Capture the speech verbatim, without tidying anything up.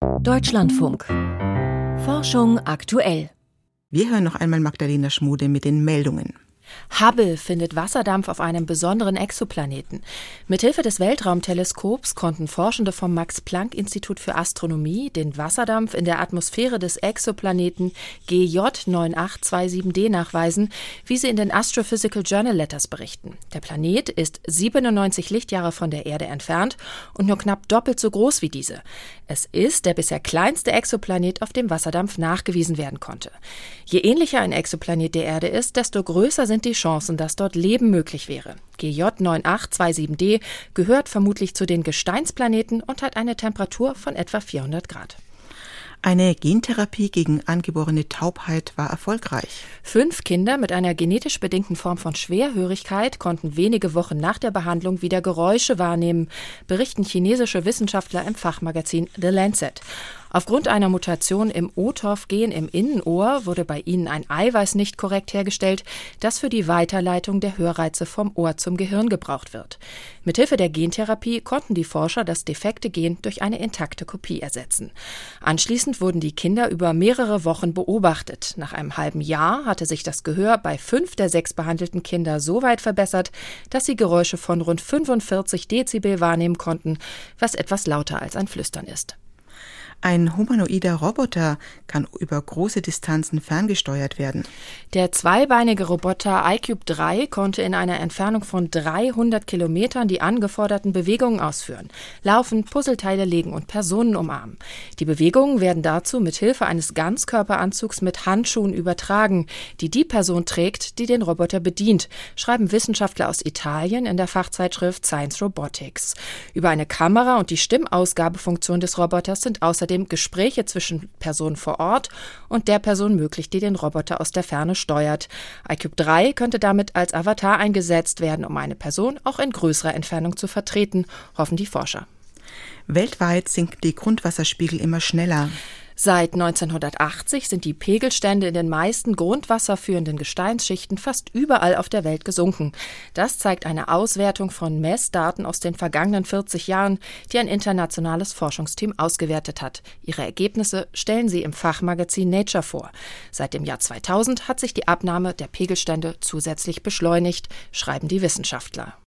Deutschlandfunk. Forschung aktuell. Wir hören noch einmal Magdalena Schmude mit den Meldungen. Hubble findet Wasserdampf auf einem besonderen Exoplaneten. Mithilfe des Weltraumteleskops konnten Forschende vom Max-Planck-Institut für Astronomie den Wasserdampf in der Atmosphäre des Exoplaneten G J neun acht zwei sieben d nachweisen, wie sie in den Astrophysical Journal Letters berichten. Der Planet ist siebenundneunzig Lichtjahre von der Erde entfernt und nur knapp doppelt so groß wie diese. Es ist der bisher kleinste Exoplanet, auf dem Wasserdampf nachgewiesen werden konnte. Je ähnlicher ein Exoplanet der Erde ist, desto größer sind die Chancen, dass dort Leben möglich wäre. G J neun acht zwei sieben d gehört vermutlich zu den Gesteinsplaneten und hat eine Temperatur von etwa vierhundert Grad. Eine Gentherapie gegen angeborene Taubheit war erfolgreich. Fünf Kinder mit einer genetisch bedingten Form von Schwerhörigkeit konnten wenige Wochen nach der Behandlung wieder Geräusche wahrnehmen, berichten chinesische Wissenschaftler im Fachmagazin The Lancet. Aufgrund einer Mutation im O T O F-Gen im Innenohr wurde bei ihnen ein Eiweiß nicht korrekt hergestellt, das für die Weiterleitung der Hörreize vom Ohr zum Gehirn gebraucht wird. Mithilfe der Gentherapie konnten die Forscher das defekte Gen durch eine intakte Kopie ersetzen. Anschließend wurden die Kinder über mehrere Wochen beobachtet. Nach einem halben Jahr hatte sich das Gehör bei fünf der sechs behandelten Kinder so weit verbessert, dass sie Geräusche von rund fünfundvierzig Dezibel wahrnehmen konnten, was etwas lauter als ein Flüstern ist. Ein humanoider Roboter kann über große Distanzen ferngesteuert werden. Der zweibeinige Roboter iCube drei konnte in einer Entfernung von dreihundert Kilometern die angeforderten Bewegungen ausführen. Laufen, Puzzleteile legen und Personen umarmen. Die Bewegungen werden dazu mit Hilfe eines Ganzkörperanzugs mit Handschuhen übertragen, die die Person trägt, die den Roboter bedient, schreiben Wissenschaftler aus Italien in der Fachzeitschrift Science Robotics. Über eine Kamera und die Stimmausgabefunktion des Roboters sind außerdem Gespräche zwischen Personen vor Ort und der Person möglich, die den Roboter aus der Ferne steuert. iCube drei könnte damit als Avatar eingesetzt werden, um eine Person auch in größerer Entfernung zu vertreten, hoffen die Forscher. Weltweit sinken die Grundwasserspiegel immer schneller. Seit neunzehnhundertachtzig sind die Pegelstände in den meisten grundwasserführenden Gesteinsschichten fast überall auf der Welt gesunken. Das zeigt eine Auswertung von Messdaten aus den vergangenen vierzig Jahren, die ein internationales Forschungsteam ausgewertet hat. Ihre Ergebnisse stellen sie im Fachmagazin Nature vor. Seit dem Jahr zweitausend hat sich die Abnahme der Pegelstände zusätzlich beschleunigt, schreiben die Wissenschaftler.